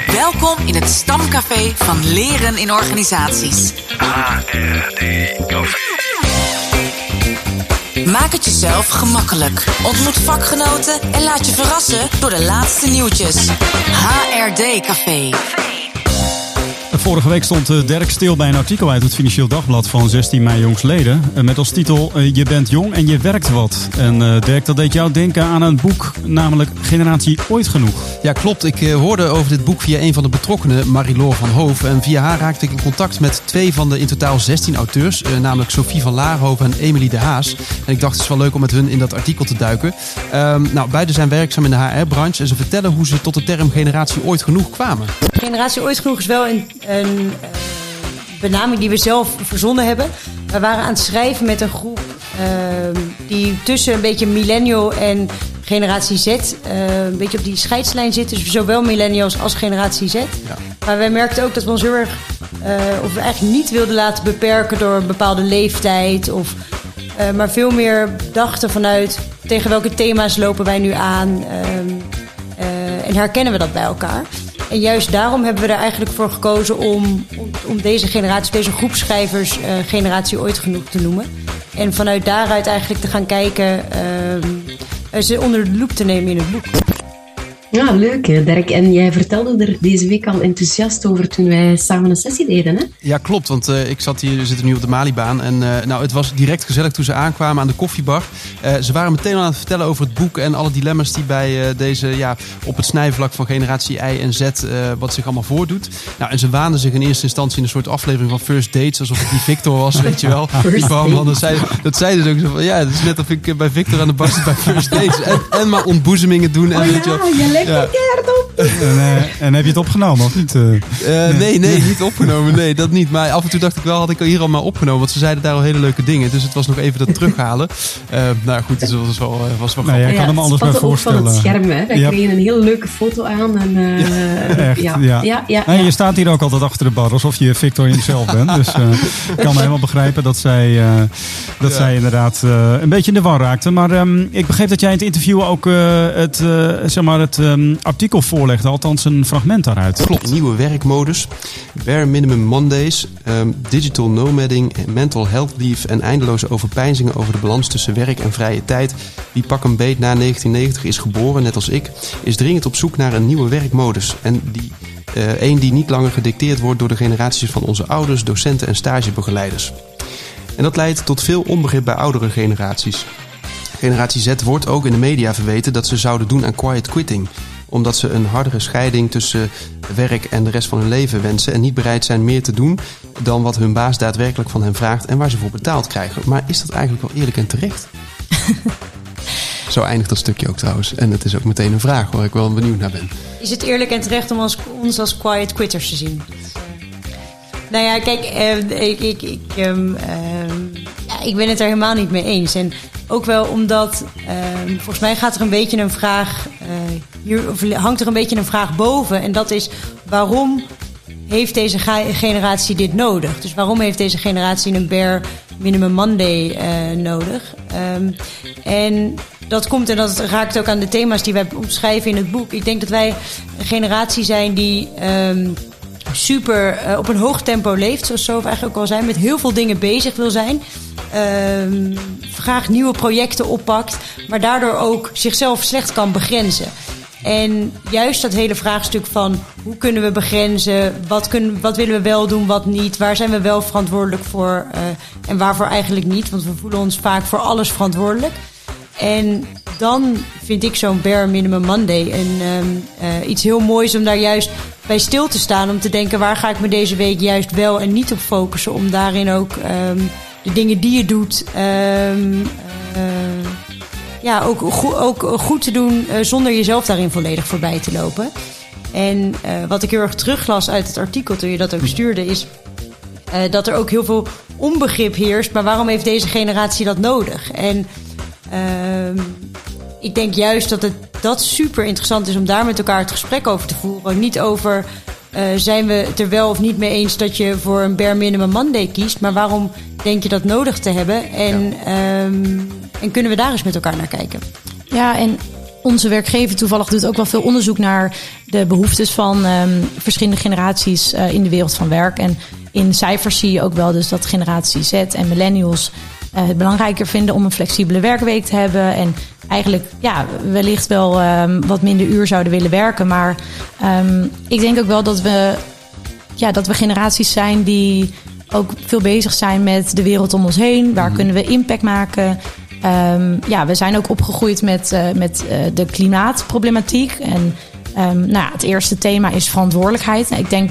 Welkom in het stamcafé van Leren in Organisaties. HRD Café. Maak het jezelf gemakkelijk. Ontmoet vakgenoten en laat je verrassen door de laatste nieuwtjes. HRD Café. Vorige week stond Dirk stil bij een artikel uit het Financieel Dagblad van 16 mei jongstleden. Met als titel Je bent jong en je werkt wat. En Dirk, dat deed jou denken aan een boek, namelijk Generatie Ooit Genoeg. Ja, klopt. Ik hoorde over dit boek via een van de betrokkenen, Marie-Loor van Hoof. En via haar raakte ik in contact met 2 van de in totaal 16 auteurs. Namelijk Sophie van Laarhoven en Emilie de Haas. En ik dacht, het is wel leuk om met hun in dat artikel te duiken. Beide zijn werkzaam in de HR-branche. En ze vertellen hoe ze tot de term Generatie Ooit Genoeg kwamen. Generatie Ooit Genoeg is wel een benaming die we zelf verzonnen hebben. We waren aan het schrijven met een groep die tussen een beetje millennial en generatie Z een beetje op die scheidslijn zit. Dus zowel millennials als generatie Z. Ja. Maar wij merkten ook dat we ons heel erg of we eigenlijk niet wilden laten beperken door een bepaalde leeftijd. Maar veel meer dachten vanuit tegen welke thema's lopen wij nu aan. En herkennen we dat bij elkaar. En juist daarom hebben we er eigenlijk voor gekozen om deze generatie, deze groep schrijvers, Generatie Ooit Genoeg te noemen. En vanuit daaruit eigenlijk te gaan kijken, ze onder de loep te nemen in het boek. Ja, leuk Dirk. En jij vertelde er deze week al enthousiast over toen wij samen een sessie deden, hè? Ja, klopt. Want we zitten nu op de Malibaan. En het was direct gezellig toen ze aankwamen aan de koffiebar. Ze waren meteen al aan het vertellen over het boek en alle dilemma's die bij deze, op het snijvlak van generatie Y en Z, wat zich allemaal voordoet. Nou, en ze waanden zich in eerste instantie in een soort aflevering van First Dates, alsof het die Victor was, weet je wel. Dat zeiden ze ook zo van, ja, het is net of ik bij Victor aan de bar zit bij First Dates. En maar ontboezemingen doen. En, weet je wel. En heb je het opgenomen of niet? Nee, niet opgenomen. Nee, dat niet. Maar af en toe dacht ik wel, had ik hier al maar opgenomen. Want ze zeiden daar al hele leuke dingen. Dus het was nog even dat terughalen. Goed, dus dat was wel grappig. Nee, jij kan hem anders bij voorstellen. Van het scherm, hè. Wij kregen een heel leuke foto aan. En, echt, ja. Nee, je staat hier ook altijd achter de bar, alsof je Victor hemzelf bent. Dus ik kan helemaal begrijpen dat zij inderdaad een beetje in de war raakte. Maar ik begreep dat jij in het interview ook het artikel voorlegde, althans een fragment daaruit. Klopt. Nieuwe werkmodus, bare minimum Mondays, digital nomading, mental health leave en eindeloze overpeinzingen over de balans tussen werk en vrije tijd. Wie pak een beet na 1990 is geboren, net als ik, is dringend op zoek naar een nieuwe werkmodus. En die niet langer gedicteerd wordt door de generaties van onze ouders, docenten en stagebegeleiders. En dat leidt tot veel onbegrip bij oudere generaties. Generatie Z wordt ook in de media verweten dat ze zouden doen aan quiet quitting, omdat ze een hardere scheiding tussen werk en de rest van hun leven wensen en niet bereid zijn meer te doen dan wat hun baas daadwerkelijk van hen vraagt en waar ze voor betaald krijgen. Maar is dat eigenlijk wel eerlijk en terecht? Zo eindigt dat stukje ook trouwens. En het is ook meteen een vraag waar ik wel benieuwd naar ben. Is het eerlijk en terecht om ons als quiet quitters te zien? Nou ja, kijk, ik ben het er helemaal niet mee eens. En ook wel omdat, volgens mij gaat er een beetje een vraag, hangt er een beetje een vraag boven. En dat is, waarom heeft deze generatie dit nodig? Dus waarom heeft deze generatie een bare minimum Monday nodig? En dat komt, en dat raakt ook aan de thema's die wij omschrijven in het boek. Ik denk dat wij een generatie zijn die super op een hoog tempo leeft, zoals Sof eigenlijk ook al zijn, met heel veel dingen bezig wil zijn. Graag nieuwe projecten oppakt, maar daardoor ook zichzelf slecht kan begrenzen. En juist dat hele vraagstuk van hoe kunnen we begrenzen, wat willen we wel doen, wat niet, waar zijn we wel verantwoordelijk voor en waarvoor eigenlijk niet, want we voelen ons vaak voor alles verantwoordelijk. En dan vind ik zo'n bare minimum Monday iets heel moois om daar juist bij stil te staan, om te denken, waar ga ik me deze week juist wel en niet op focussen, om daarin ook de dingen die je doet ook goed te doen zonder jezelf daarin volledig voorbij te lopen. En wat ik heel erg teruglas uit het artikel toen je dat ook stuurde, is dat er ook heel veel onbegrip heerst. Maar waarom heeft deze generatie dat nodig? En ik denk juist dat super interessant is om daar met elkaar het gesprek over te voeren. Niet over zijn we het er wel of niet mee eens dat je voor een bare minimum Monday kiest, maar waarom denk je dat nodig te hebben? En kunnen we daar eens met elkaar naar kijken? Ja, en onze werkgever toevallig doet ook wel veel onderzoek naar de behoeftes van verschillende generaties in de wereld van werk. En in cijfers zie je ook wel dus dat generatie Z en millennials het belangrijker vinden om een flexibele werkweek te hebben. En eigenlijk wellicht wel wat minder uur zouden willen werken. Maar ik denk ook wel dat we generaties zijn die ook veel bezig zijn met de wereld om ons heen. Waar kunnen we impact maken? We zijn ook opgegroeid met de klimaatproblematiek. En het eerste thema is verantwoordelijkheid. Ik denk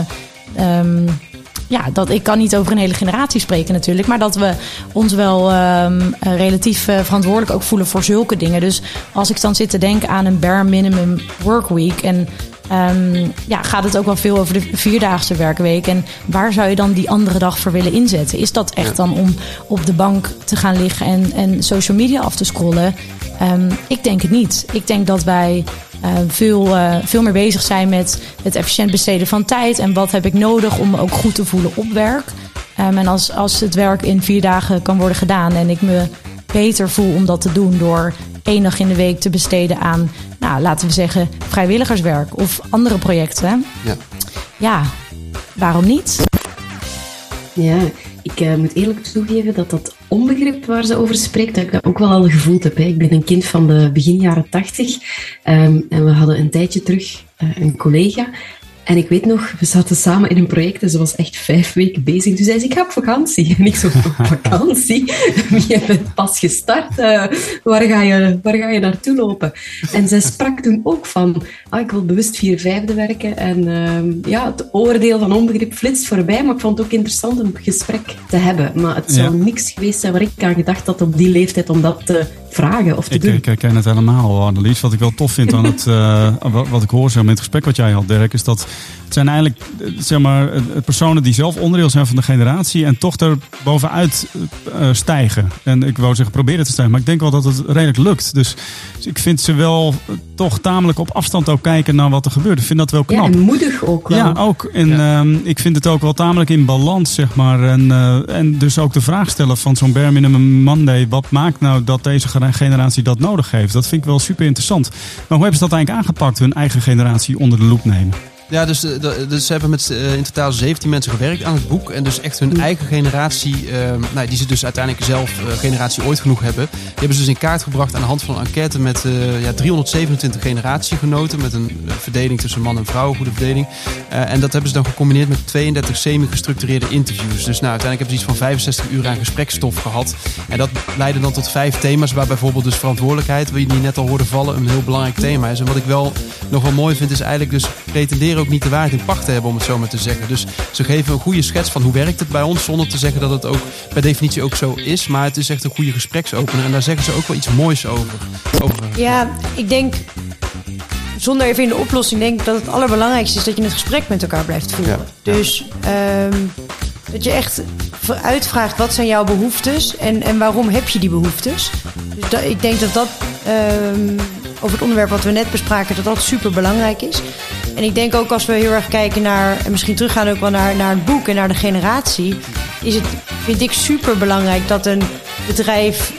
dat ik kan niet over een hele generatie spreken natuurlijk. Maar dat we ons wel relatief verantwoordelijk ook voelen voor zulke dingen. Dus als ik dan zit te denken aan een bare minimum workweek. En gaat het ook wel veel over de 4-daagse werkweek. En waar zou je dan die andere dag voor willen inzetten? Is dat echt dan om op de bank te gaan liggen en social media af te scrollen? Ik denk het niet. Ik denk dat wij veel meer bezig zijn met het efficiënt besteden van tijd. En wat heb ik nodig om me ook goed te voelen op werk? En als het werk in 4 dagen kan worden gedaan en ik me beter voel om dat te doen door 1 dag in de week te besteden aan, laten we zeggen, vrijwilligerswerk of andere projecten. Ja, waarom niet? Ja, ik moet eerlijk toegeven dat onbegrip waar ze over spreekt, dat ik dat ook wel al gevoeld heb. Hè. Ik ben een kind van de begin jaren 80 en we hadden een tijdje terug een collega. En ik weet nog, we zaten samen in een project en ze was echt 5 weken bezig. Toen zei ze, ik ga op vakantie. En ik zo, op vakantie? Je bent pas gestart. Waar ga je naartoe lopen? En zij sprak toen ook van, ik wil bewust 4/5 werken. En het oordeel van onbegrip flitst voorbij. Maar ik vond het ook interessant om een gesprek te hebben. Maar het zou niks geweest zijn waar ik aan gedacht had op die leeftijd om dat te vragen of te doen. Ik ken het helemaal, Annelies. Wat ik wel tof vind aan het wat ik hoor met het gesprek wat jij had, Dirk, is dat het zijn eigenlijk personen die zelf onderdeel zijn van de generatie en toch er bovenuit stijgen. En ik wou zeggen proberen te stijgen, maar ik denk wel dat het redelijk lukt. Dus ik vind ze wel toch tamelijk op afstand ook kijken naar wat er gebeurt. Ik vind dat wel knap. Ja, en moedig ook wel. Ja, ook. En ik vind het ook wel tamelijk in balans, zeg maar. En dus ook de vraag stellen van zo'n bare minimum Monday. Wat maakt nou dat deze generatie dat nodig heeft? Dat vind ik wel super interessant. Maar hoe hebben ze dat eigenlijk aangepakt, hun eigen generatie onder de loep nemen? Ja, dus ze hebben met in totaal 17 mensen gewerkt aan het boek. En dus echt hun eigen generatie, die ze dus uiteindelijk zelf generatie ooit genoeg hebben. Die hebben ze dus in kaart gebracht aan de hand van een enquête met 327 generatiegenoten. Met een verdeling tussen man en vrouw, een goede verdeling. En dat hebben ze dan gecombineerd met 32 semi-gestructureerde interviews. Dus uiteindelijk hebben ze iets van 65 uur aan gesprekstof gehad. En dat leidde dan tot 5 thema's, waar bijvoorbeeld dus verantwoordelijkheid, wat je die net al hoorde vallen, een heel belangrijk thema is. En wat ik wel nog wel mooi vind, is eigenlijk dus pretenderen ook niet de waarheid in pacht te hebben, om het zo maar te zeggen. Dus ze geven een goede schets van hoe werkt het bij ons, zonder te zeggen dat het ook per definitie ook zo is. Maar het is echt een goede gespreksopener. En daar zeggen ze ook wel iets moois over. Ja, ik denk, zonder even in de oplossing, denk ik dat het allerbelangrijkste is dat je het gesprek met elkaar blijft voeren. Ja. Dus dat je echt uitvraagt, wat zijn jouw behoeftes en waarom heb je die behoeftes? Dus ik denk dat over het onderwerp wat we net bespraken, dat super belangrijk is. En ik denk ook als we heel erg kijken naar, en misschien teruggaan ook wel naar het boek en naar de generatie, vind ik super belangrijk dat een bedrijf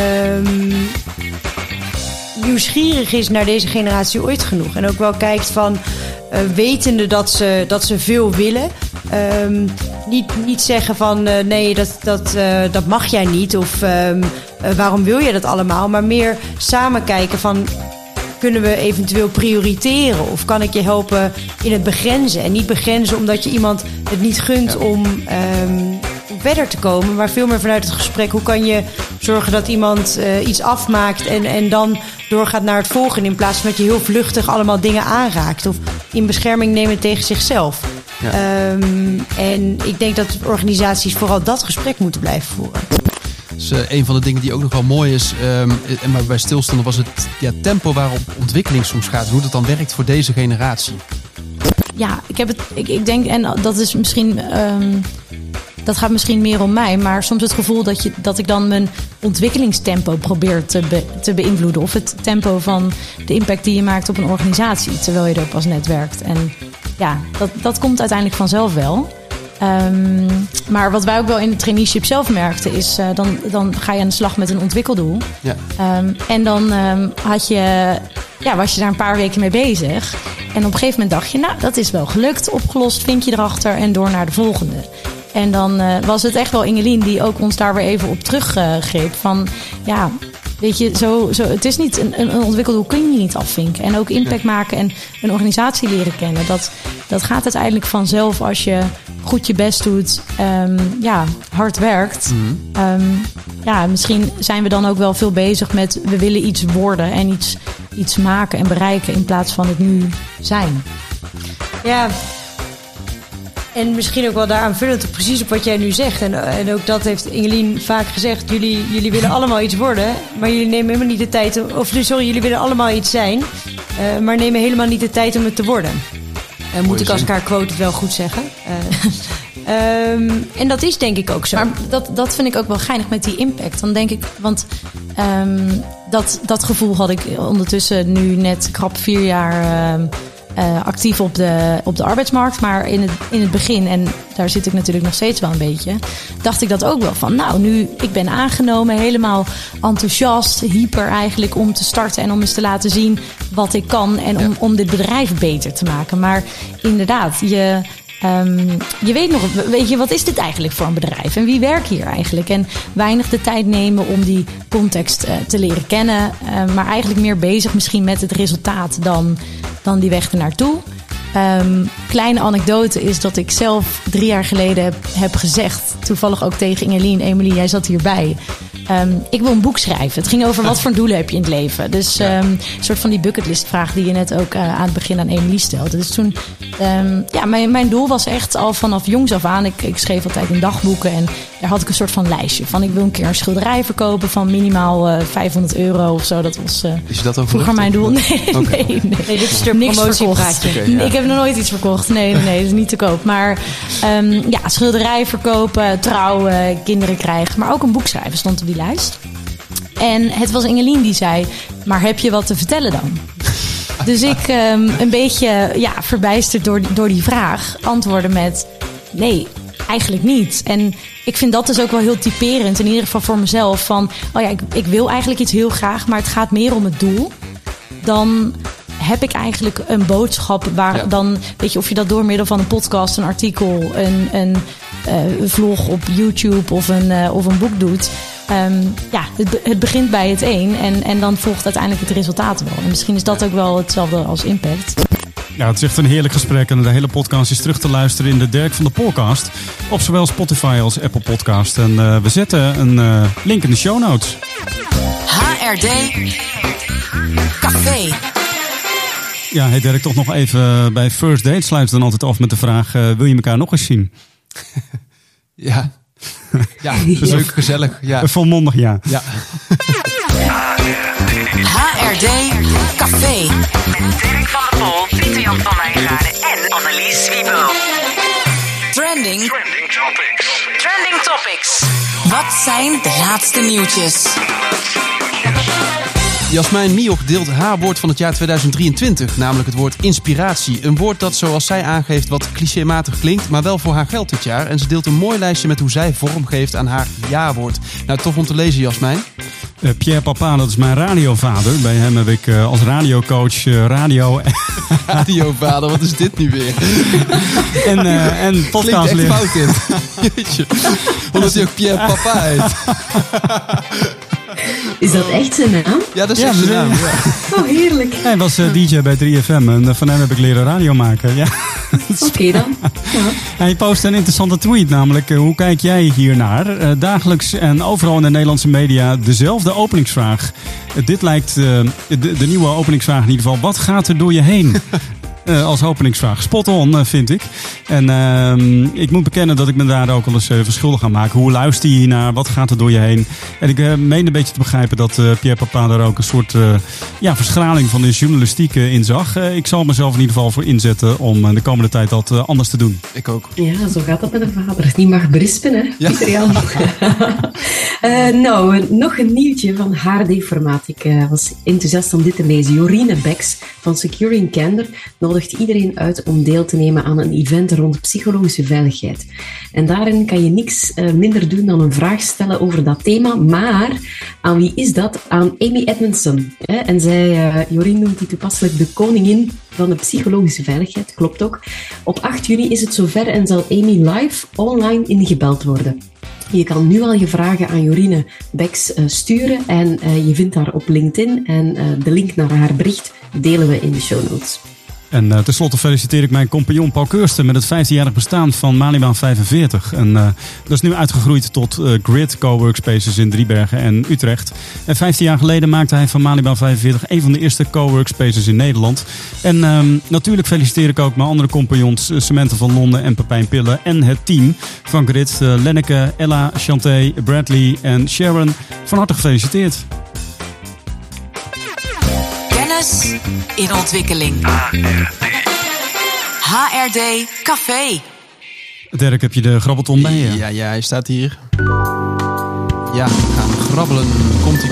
nieuwsgierig is naar deze generatie ooit genoeg. En ook wel kijkt van, wetende dat ze veel willen. Niet zeggen van nee, dat mag jij niet. Of waarom wil je dat allemaal? Maar meer samen kijken van, kunnen we eventueel prioriteren? Of kan ik je helpen in het begrenzen? En niet begrenzen omdat je iemand het niet gunt om verder te komen. Maar veel meer vanuit het gesprek. Hoe kan je zorgen dat iemand iets afmaakt en dan doorgaat naar het volgende. In plaats van dat je heel vluchtig allemaal dingen aanraakt. Of in bescherming nemen tegen zichzelf. Ja. En ik denk dat organisaties vooral dat gesprek moeten blijven voeren. Dus, een van de dingen die ook nog wel mooi is, en waar we bij stilstonden, was het tempo waarop ontwikkeling soms gaat. Hoe dat dan werkt voor deze generatie. Ja, ik denk, en dat is misschien, dat gaat misschien meer om mij, maar soms het gevoel dat ik dan mijn ontwikkelingstempo probeer te beïnvloeden. Of het tempo van de impact die je maakt op een organisatie, terwijl je er pas net werkt. En ja, dat komt uiteindelijk vanzelf wel. Maar wat wij ook wel in de traineeship zelf merkten is... dan ga je aan de slag met een ontwikkeldoel. Ja. En dan was je daar een paar weken mee bezig. En op een gegeven moment dacht je... dat is wel gelukt, opgelost, vinkje erachter en door naar de volgende. En dan was het echt wel Ingelien die ook ons daar weer even op teruggreep. Van weet je, zo, het is niet een ontwikkeldoel kun je niet afvinken. En ook impact maken en een organisatie leren kennen. Dat gaat uiteindelijk vanzelf als je goed je best doet, hard werkt. Misschien zijn we dan ook wel veel bezig met we willen iets worden en iets maken en bereiken in plaats van het nu zijn. Ja. En misschien ook wel daar aanvullend precies op wat jij nu zegt. En ook dat heeft Ingelien vaak gezegd. Jullie willen allemaal iets worden, maar jullie nemen helemaal niet de tijd... jullie willen allemaal iets zijn, maar nemen helemaal niet de tijd om het te worden. Moet ik als elkaar quote het wel goed zeggen. En dat is denk ik ook zo. Maar dat vind ik ook wel geinig met die impact. Dan denk ik, want dat gevoel had ik ondertussen nu net krap 4 jaar... actief op de arbeidsmarkt. Maar in het begin, en daar zit ik natuurlijk nog steeds wel een beetje... dacht ik dat ook wel van... nu ik ben aangenomen, helemaal enthousiast, hyper eigenlijk... om te starten en om eens te laten zien wat ik kan... en om dit bedrijf beter te maken. Maar inderdaad, je weet nog... Weet je, wat is dit eigenlijk voor een bedrijf? En wie werkt hier eigenlijk? En weinig de tijd nemen om die context te leren kennen. Maar eigenlijk meer bezig misschien met het resultaat dan die weg ernaartoe. Kleine anekdote is dat ik zelf 3 jaar geleden heb gezegd... toevallig ook tegen Ingelien, Emilie, jij zat hierbij... ik wil een boek schrijven. Het ging over wat voor doelen heb je in het leven. Dus een soort van die bucketlist-vraag die je net ook aan het begin aan Emilie stelde. Dus toen, mijn doel was echt al vanaf jongs af aan. Ik schreef altijd in dagboeken en daar had ik een soort van lijstje van. Ik wil een keer een schilderij verkopen van minimaal €500 of zo. Dat was is dat ook vroeger mijn doel. Nee, dit is een promotiepraatje. Ik heb nog nooit iets verkocht. Nee, dat is niet te koop. Maar schilderij verkopen, trouwen, kinderen krijgen. Maar ook een boek schrijven stond op die lijst. En het was Ingelien die zei... maar heb je wat te vertellen dan? Dus ik een beetje verbijsterd door die vraag... antwoordde met... nee, eigenlijk niet. En ik vind dat dus ook wel heel typerend... in ieder geval voor mezelf. Van, ik wil eigenlijk iets heel graag... maar het gaat meer om het doel... dan heb ik eigenlijk een boodschap... waar dan, weet je, of je dat door middel van een podcast... een artikel, een vlog op YouTube of een boek doet... het begint bij het een en dan volgt uiteindelijk het resultaat wel. En misschien is dat ook wel hetzelfde als impact. Ja, het is echt een heerlijk gesprek en de hele podcast is terug te luisteren in de Dirk van de Podcast. Op zowel Spotify als Apple Podcast. En we zetten een link in de show notes. HRD Café. Ja, hey Dirk, toch nog even bij First Date sluiten we dan altijd af met de vraag... wil je elkaar nog eens zien? Ja, dat is ook gezellig. Ja. Volmondig ja. HRD Café. Dirk van der Pol, Pieter Jan van Wijngaarden en Annelies Zwiebel. Trending Topics. Wat zijn de laatste nieuwtjes? Jasmijn Mioch deelt haar woord van het jaar 2023, namelijk het woord inspiratie. Een woord dat, zoals zij aangeeft, wat clichématig klinkt, maar wel voor haar geldt dit jaar. En ze deelt een mooi lijstje met hoe zij vorm geeft aan haar ja-woord. Nou, tof om te lezen, Jasmijn. Pierre Papa, dat is mijn radiovader. Bij hem heb ik als radiocoach radio... Radiovader, wat is dit nu weer? en podcast klinkt echt fout dit. Jeetje. Omdat hij ook Pierre Papa heet. Is dat echt zijn naam? Ja, dat is echt zijn naam. Ja. Oh, heerlijk. Hij was DJ bij 3FM en van hem heb ik leren radio maken. Ja. Oké dan. Ja. Hij postte een interessante tweet, namelijk hoe kijk jij hiernaar? Dagelijks en overal in de Nederlandse media dezelfde openingsvraag. Dit lijkt de nieuwe openingsvraag in ieder geval. Wat gaat er door je heen? Als openingsvraag. Spot on, vind ik. En ik moet bekennen dat ik me daar ook wel eens verschuldigd aan maak. Hoe luister je hiernaar? Wat gaat er door je heen? En ik meen een beetje te begrijpen dat Pierre Papa daar ook een soort verschraling van de journalistiek in zag. Ik zal mezelf in ieder geval voor inzetten om de komende tijd dat anders te doen. Ik ook. Ja, zo gaat dat met een vader. Die mag berispen, hè? Ja. Pieter Jan. Nog een nieuwtje van HD-formaat. Ik was enthousiast om dit te lezen. Jorine Beks van Securing Candor. Dat nodigt iedereen uit om deel te nemen aan een event rond psychologische veiligheid. En daarin kan je niks minder doen dan een vraag stellen over dat thema. Maar aan wie is dat? Aan Amy Edmondson. En zij, Jorien noemt die toepasselijk de koningin van de psychologische veiligheid. Klopt ook. Op 8 juni is het zover en zal Amy live online ingebeld worden. Je kan nu al je vragen aan Jorine Beks sturen en je vindt haar op LinkedIn. En de link naar haar bericht delen we in de show notes. En tenslotte feliciteer ik mijn compagnon Paul Keursten met het 15-jarig bestaan van Malibaan 45. En dat is nu uitgegroeid tot Grid Coworkspaces in Driebergen en Utrecht. En 15 jaar geleden maakte hij van Malibaan 45 een van de eerste coworkspaces in Nederland. En natuurlijk feliciteer ik ook mijn andere compagnons Samantha van Londen en Pepijn Pillen en het team van Grid. Lenneke, Ella, Chanté, Bradley en Sharon. Van harte gefeliciteerd. Kennis in ontwikkeling. HRD Café. Dirk, heb je de grabbelton bij je? Ja, hij staat hier. Ja, we gaan grabbelen. Komt-ie.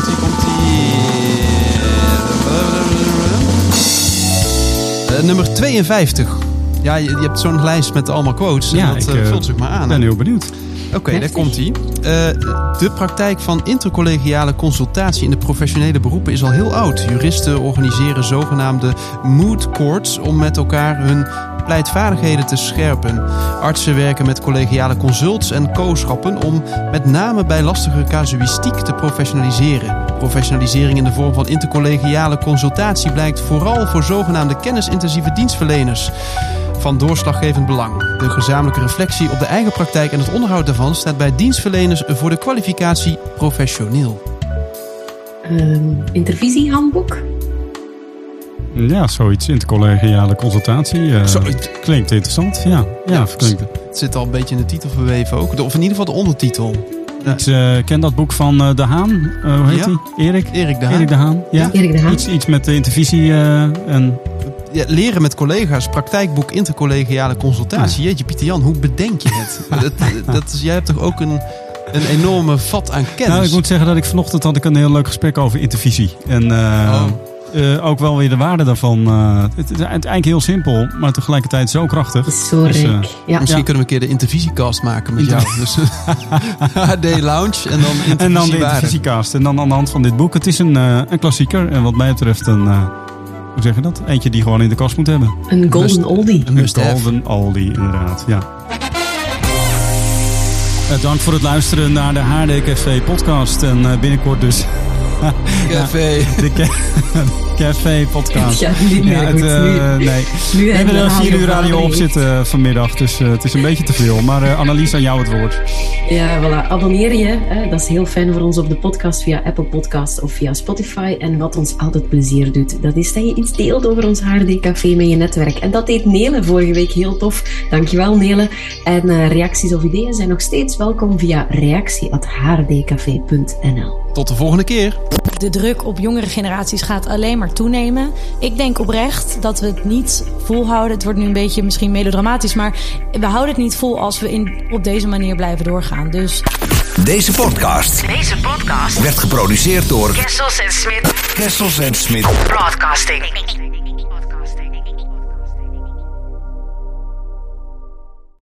Nummer 52. Ja, je hebt zo'n lijst met allemaal quotes. Ja, dat vult zich maar aan. Ik ben heel benieuwd. Oké, daar komt hij. De praktijk van intercollegiale consultatie in de professionele beroepen is al heel oud. Juristen organiseren zogenaamde moot courts om met elkaar hun pleitvaardigheden te scherpen. Artsen werken met collegiale consults en co-schappen om met name bij lastige casuïstiek te professionaliseren. Professionalisering in de vorm van intercollegiale consultatie blijkt vooral voor zogenaamde kennisintensieve dienstverleners van doorslaggevend belang. De gezamenlijke reflectie op de eigen praktijk en het onderhoud daarvan staat bij dienstverleners voor de kwalificatie professioneel. Intervisiehandboek? Ja, zoiets. Intercollegiale consultatie. Klinkt interessant. Ja, klinkt. Het zit al een beetje in de titel verweven ook. Of in ieder geval de ondertitel. Ik ken dat boek van De Haan. Hoe heet hij? Erik de Haan. Ja. Erik de Haan. Iets met de intervisie en... Ja, leren met collega's, praktijkboek intercollegiale consultatie. Ja. Jeetje Pieter Jan, hoe bedenk je het? Jij hebt toch ook een enorme vat aan kennis? Nou, ik moet zeggen dat ik vanochtend had ik een heel leuk gesprek over intervisie. En ook wel weer de waarde daarvan. Het is eigenlijk heel simpel, maar tegelijkertijd zo krachtig. Zo rijk. Misschien kunnen we een keer de intervisiecast maken met jou. Dus HD Lounge en dan de intervisiecast. En dan aan de hand van dit boek. Het is een klassieker en wat mij betreft hoe zeg je dat? Eentje die gewoon in de kast moet hebben. Een golden oldie. Een golden oldie, inderdaad. Ja. Dank voor het luisteren naar de HRD Café podcast. En binnenkort dus... Café. De Café podcast. Ja, niet meer goed. Nee. We hebben er 4 uur radio op zitten vanmiddag. Dus het is een beetje te veel. Maar Annelies, aan jou het woord. Ja, voilà. Abonneer je. Dat is heel fijn voor ons op de podcast via Apple Podcasts of via Spotify. En wat ons altijd plezier doet, dat is dat je iets deelt over ons HRD Café met je netwerk. En dat deed Nele vorige week heel tof. Dankjewel, Nele. En reacties of ideeën zijn nog steeds welkom via reactie@hrdcafé.nl. Tot de volgende keer. De druk op jongere generaties gaat alleen maar toenemen. Ik denk oprecht dat we het niet volhouden. Het wordt nu een beetje misschien melodramatisch, maar we houden het niet vol als we op deze manier blijven doorgaan. Dus... Deze podcast werd geproduceerd door Kessels en Smit Broadcasting.